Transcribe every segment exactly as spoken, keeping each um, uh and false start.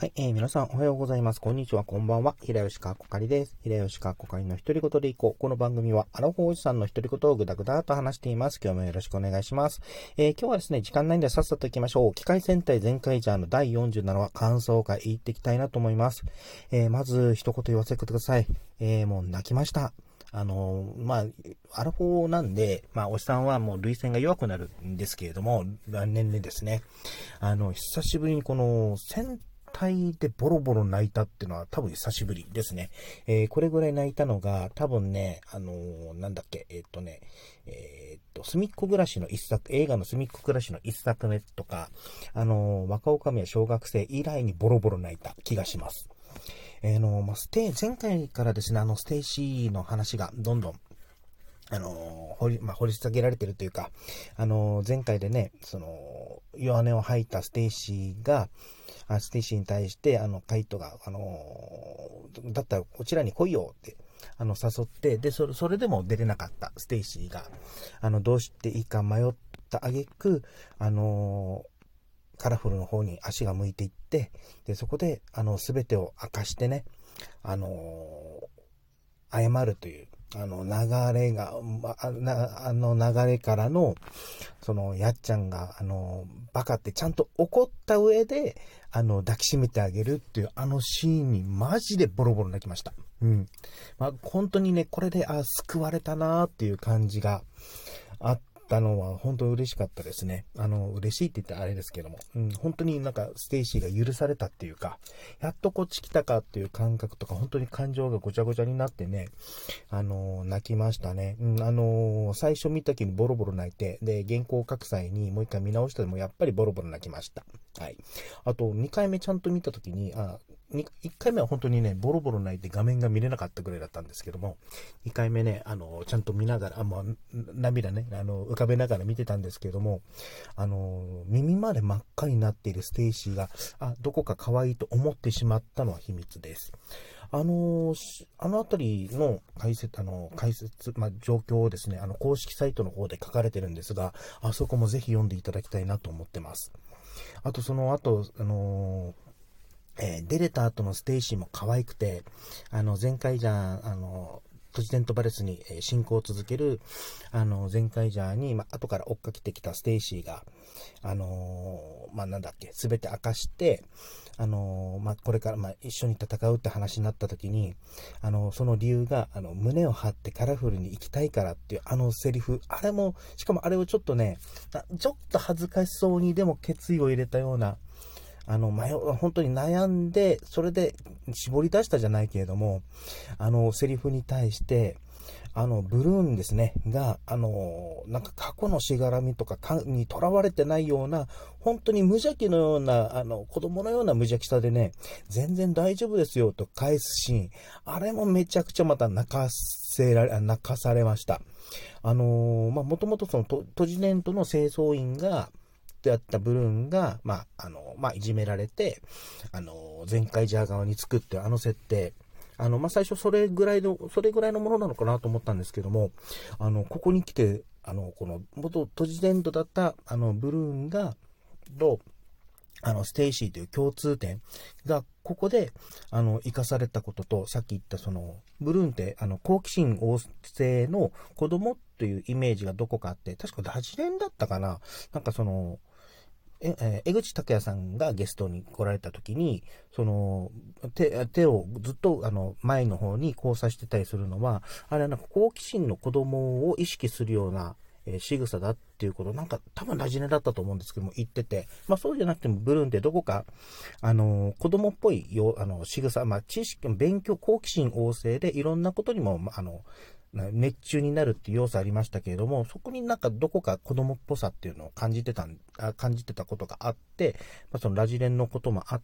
はい、えー、皆さんおはようございます。こんにちは、こんばんは。平吉川こかりです。平吉川こかりの独り言でいこう。この番組は、アラフォーおじさんの独り言をぐだぐだと話しています。今日もよろしくお願いします。えー、今日はですね、時間ないんでさっさと行きましょう。機械戦隊全開ジャーのだいよんじゅうななわ感想会行っていきたいなと思います。えー、まず一言言わせてください。えー、もう泣きました。あのー、まあ、アラフォーなんで、まあ、おじさんはもう涙腺が弱くなるんですけれども、年々ですね。あの、久しぶりにこの、戦隊でボロボロ泣いたっていうのは多分久しぶりですね。えー、これぐらい泣いたのが多分ね、あのー、なんだっけ、えー、っとね、えー、っと、すみっこ暮らしの一作、映画のすみっこ暮らしの一作目とか、あのー、若女将は小学生以来にボロボロ泣いた気がします。えー、のまあ、ステ前回からですね、あの、ステイシーの話がどんどんあの、掘り、まあ、掘り下げられてるというか、あの、前回でね、その、弱音を吐いたステイシーが、あステイシーに対して、あの、カイトが、あの、だったらこちらに来いよって、あの、誘って、で、それ、それでも出れなかったステイシーが、あの、どうしていいか迷った挙句、あの、カラフルの方に足が向いていって、で、そこで、あの、すべてを明かしてね、あの、謝るという、あの流れが、あなあの流れからの、そのやっちゃんが、あの、バカってちゃんと怒った上で、あの、抱きしめてあげるっていうあのシーンにマジでボロボロ泣きました。うん。まあ、本当にね、これで、あ、救われたなーっていう感じがあったのは本当に嬉しかったですね。あの、嬉しいって言ったらあれですけども、うん、本当になんかステイシーが許されたっていうか、やっとこっち来たかっていう感覚とか、本当に感情がごちゃごちゃになってね、あのー、泣きましたね。うん、あのー、最初見た時にボロボロ泣いて、で、原稿を書く際にもう一回見直してもやっぱりボロボロ泣きました。はい。あと、にかいめちゃんと見た時に、あ、いっかいめは本当にね、ボロボロ泣いて画面が見れなかったぐらいだったんですけども、にかいめね、あのー、ちゃんと見ながら、あ、もう、涙ね、あの、浮かべながら見てたんですけども、あのー、耳まで真っ赤になっているステイシーが、あ、どこか可愛いと思ってしまったのは秘密です。あのー、あのあたりの解説、あの、解説、まあ、状況をですね、あの、公式サイトの方で書かれてるんですが、あそこもぜひ読んでいただきたいなと思ってます。あと、その後、あのー、えー、出れた後のステイシーも可愛くて、あの、前回じゃあ、あのー、トジテントバレスに進行を続ける、あの、前回ジャーに、まあ、後から追っかけてきたステイシーが、あのー、まあ、なんだっけ、すべて明かして、あのー、まあ、これから、まあ、一緒に戦うって話になった時に、あのー、その理由が、あの、胸を張ってカラフルに生きたいからっていう、あのセリフ、あれも、しかもあれをちょっとね、ちょっと恥ずかしそうにでも決意を入れたような、あの、迷う、本当に悩んで、それで絞り出したじゃないけれども、あの、セリフに対して、あの、ブルーンですね、が、あの、なんか過去のしがらみとかにとらわれてないような、本当に無邪気のような、あの、子供のような無邪気さでね、全然大丈夫ですよと返すシーン、あれもめちゃくちゃまた泣かせられ、泣かされました。あのー、まあ、もともとその、トジネントの清掃員が、であったブルーンが、まあ、あの、まあ、いじめられて、あの、前回ジャー側につくっていうあの設定、あの、まあ、最初それぐらいの、それぐらいのものなのかなと思ったんですけども、あの、ここに来て、あの、この、元トジデントだった、あの、ブルーンが、と、あの、ステイシーという共通点が、ここで、あの、生かされたことと、さっき言ったその、ブルーンって、あの、好奇心旺盛の子供というイメージがどこかあって、確かラジレンだったかな、なんかその、え、え江口拓也さんがゲストに来られた時に、その、手、手をずっと、あの、前の方に交差してたりするのは、あれはなんか好奇心の子供を意識するような、えー、仕草だっていうこと、なんか多分ラジネだったと思うんですけども、言ってて、まあそうじゃなくても、ブルーンってどこか、あの、子供っぽいよ、あの、仕草、まあ知識、勉強、好奇心旺盛で、いろんなことにも、あの、熱中になるっていう要素ありましたけれども、そこになんかどこか子供っぽさっていうのを感じてた、感じてたことがあって、まあ、そのラジレンのこともあって、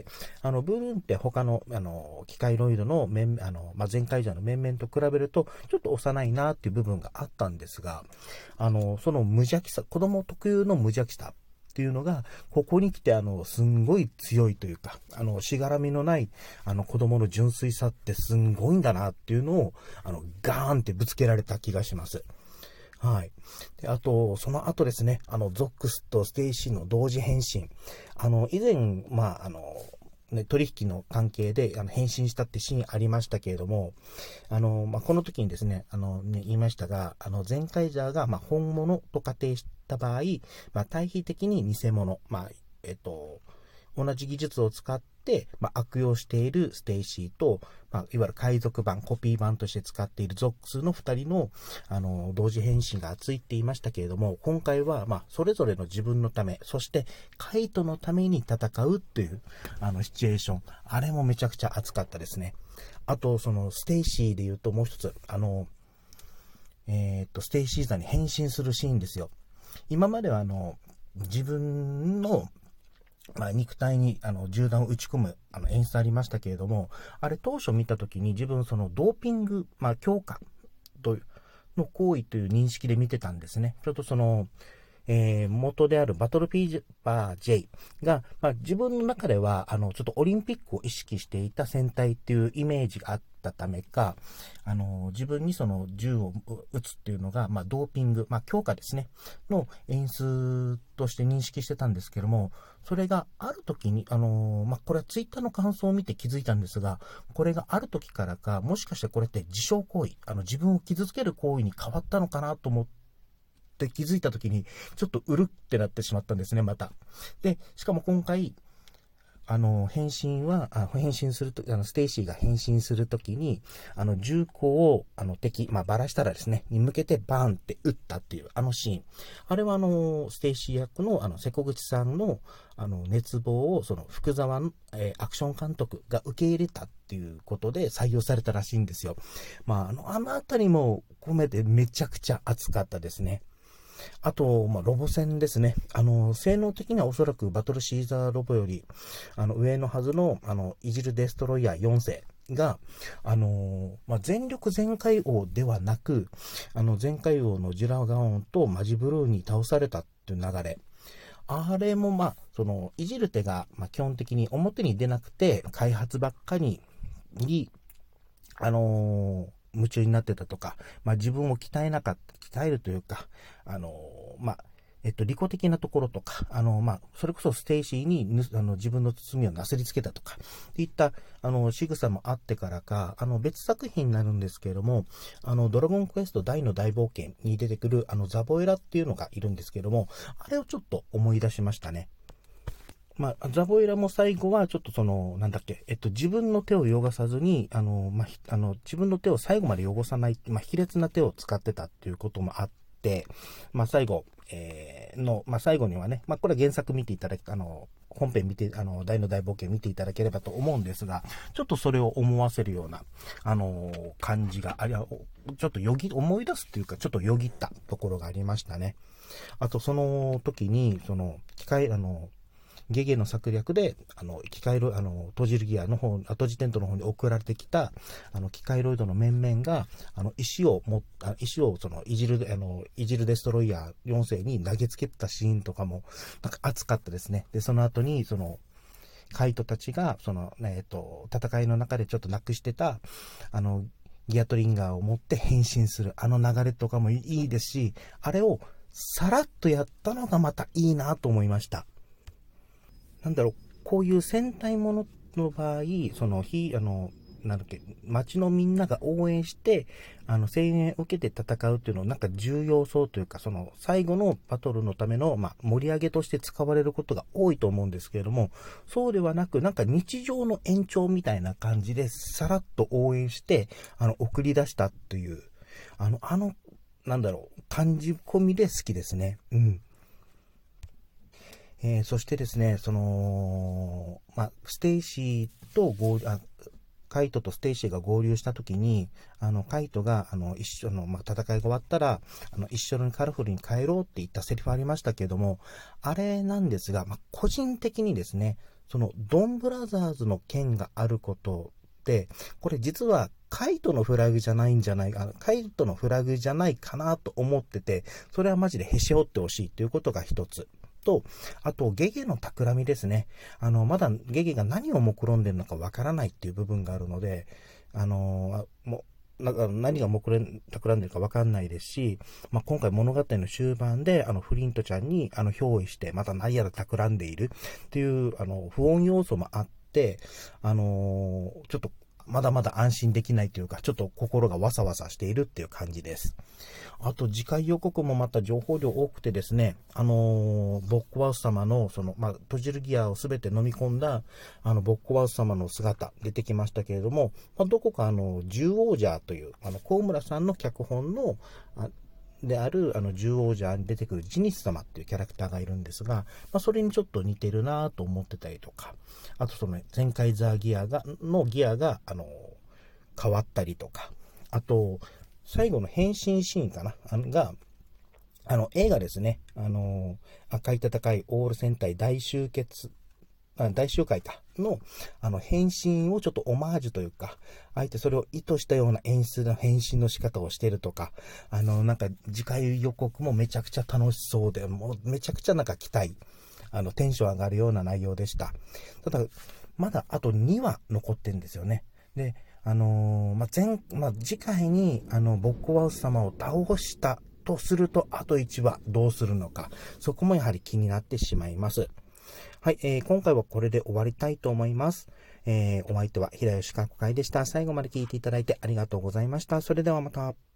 あの、ブルーンって他の、あの、機械ロイドの面、あの、まあ、前回者の面々と比べると、ちょっと幼いなっていう部分があったんですが、あの、その無邪気さ、子供特有の無邪気さ、っていうのが、ここに来て、あの、すんごい強いというか、あの、しがらみのない、あの、子供の純粋さってすんごいんだなっていうのを、あの、ガーンってぶつけられた気がします。はい。で、あと、その後ですね、あの、ゾックスとステイシーの同時変身。あの、以前、まあ、あの、 ね、取引の関係で、あの、変身したってシーンありましたけれども、あの、まあ、この時にですね、あの、ね、言いましたが、あの、ゼンカイザーが、まあ、本物と仮定した場合、まあ、対比的に偽物、まあ、えっと、同じ技術を使って、まあ、悪用しているステイシーと、まあ、いわゆる海賊版、コピー版として使っているゾックスの二人の、あの、同時変身が熱いって言いましたけれども、今回は、まあ、それぞれの自分のため、そして、カイトのために戦うっていう、あの、シチュエーション。あれもめちゃくちゃ熱かったですね。あと、その、ステイシーで言うともう一つ、あの、えー、っと、ステイシーザーに変身するシーンですよ。今までは、あの、自分の、まあ、肉体にあの銃弾を撃ち込むあの演出ありましたけれども、あれ当初見たときに自分そのドーピング、まあ、強化というの行為という認識で見てたんですね。ちょっとその、えー、元であるバトルピーパー J が、まあ、自分の中ではあのちょっとオリンピックを意識していた戦隊っていうイメージがあったためか、あの自分にその銃を撃つっていうのが、まあ、ドーピング、まあ、強化ですねの演出として認識してたんですけども、それがある時に、あのまあ、これはツイッターの感想を見て気づいたんですが、これがある時からか、もしかしてこれって自傷行為、あの自分を傷つける行為に変わったのかなと思ってって気づいた時にちょっとうるってなってしまったんですね、また。で、しかも今回あの変身はあ変身するとあのステイシーが変身するときにあの銃口をあの敵、まあ、バラしたらですねに向けてバーンって撃ったっていうあのシーン、あれはあのステイシー役のあの瀬古口さんのあの熱望をその福沢の、えー、アクション監督が受け入れたっていうことで採用されたらしいんですよ。まああのあのあたりも込めてめちゃくちゃ熱かったですね。あと、まあ、ロボ戦ですね。あの、性能的にはおそらくバトルシーザーロボより、あの、上のはずの、あの、いじるデストロイヤーよん世が、あの、まあ、全力全開王ではなく、あの、全開王のジュラガオンとマジブルーに倒されたっていう流れ。あれも、まあ、その、いじる手が、まあ、基本的に表に出なくて、開発ばっかりに、あのー夢中になってたとか、まあ、自分を鍛えなかった、鍛えるというか、あのー、まあ、えっと、利己的なところとか、あのー、まあ、それこそステイシーにぬあの自分の罪をなすりつけたとか、っていった、あの、仕草もあってからか、あの、別作品になるんですけれども、あの、ドラゴンクエスト大の大冒険に出てくる、あの、ザボエラっていうのがいるんですけれども、あれをちょっと思い出しましたね。まあ、ザボエラも最後はちょっとその、なんだっけ、えっと、自分の手を汚さずに、あの、まあ、あの、自分の手を最後まで汚さない、まあ、卑劣な手を使ってたっていうこともあって、まあ、最後、えー、の、まあ、最後にはね、まあ、これは原作見ていただき、あの、本編見て、あの、大の大冒険見ていただければと思うんですが、ちょっとそれを思わせるような、あの、感じが、あるいは、ちょっとよぎ、思い出すっていうか、ちょっとよぎったところがありましたね。あと、その時に、その、機械、あの、ゲゲの策略で、あの、機械ロイド、あの、トジルギアの方、アトジテントの方に送られてきた、あの、機械ロイドの面々が、あの、石をも、石を、その、いじる、あの、いじるデストロイヤーよん世に投げつけたシーンとかも、なんか熱かったですね。で、その後に、その、カイトたちが、その、ね、えっと、戦いの中でちょっとなくしてた、あの、ギアトリンガーを持って変身する、あの流れとかもいいですし、あれをさらっとやったのがまたいいなと思いました。なんだろう、こういう戦隊ものの場合、その、ひ、あの、なんだっけ、街のみんなが応援して、あの、声援を受けて戦うっていうのを、なんか重要そうというか、その、最後のバトルのための、まあ、盛り上げとして使われることが多いと思うんですけれども、そうではなく、なんか日常の延長みたいな感じで、さらっと応援して、あの、送り出したっていう、あの、あの、なんだろう、感じ込みで好きですね。うん。えー、そしてですね、その、まあ、ステイシーと合流、あ、カイトとステイシーが合流したときに、あの、カイトが、あの、一緒の、まあ、戦いが終わったら、あの、一緒にカラフルに帰ろうって言ったセリフありましたけれども、あれなんですが、まあ、個人的にですね、その、ドンブラザーズの件があることで、これ実は、カイトのフラグじゃないんじゃないか、カイトのフラグじゃないかなと思ってて、それはマジでへし折ってほしいということが一つ。と、あと、ゲゲの企みですね。あの、まだゲゲが何を目論んでるのかわからないっていう部分があるので、あの、もう、なんか何が目論ん企んでるかわかんないですし、まあ、今回物語の終盤で、あの、フリントちゃんに、あの、憑依して、また何やら企んでいるっていう、あの、不穏要素もあって、 、あのー、ちょっとまだまだ安心できないというか、ちょっと心がわさわさしているっていう感じです。あと、次回予告もまた情報量多くてですね、あのー、ボッコワウス様の、その、まあ、閉じるギアをすべて飲み込んだ、あの、ボッコワウス様の姿、出てきましたけれども、まあ、どこかあの、獣王者という、あの、高村さんの脚本の、あである、あの、獣王者に出てくるジニス様っていうキャラクターがいるんですが、まあ、それにちょっと似てるなと思ってたりとか、あとその、前回ザーギアが、のギアが、あの、変わったりとか、あと、最後の変身シーンかな、あのが、あの、映画ですね、あの、赤い戦い、オール戦隊大集結、あ大集会かの、あの、変身をちょっとオマージュというか、あえてそれを意図したような演出の変身の仕方をしてるとか、あの、なんか次回予告もめちゃくちゃ楽しそうで、もうめちゃくちゃなんか期待、あの、テンション上がるような内容でした。ただ、まだあとにわ残ってるんですよね。で、あのー、まあ、前、まあ、次回に、あの、ボッコワウス様を倒したとすると、あといちわどうするのか、そこもやはり気になってしまいます。はい、えー、今回はこれで終わりたいと思います。えー、お相手は平吉かこかいでした。最後まで聞いていただいてありがとうございました。それではまた。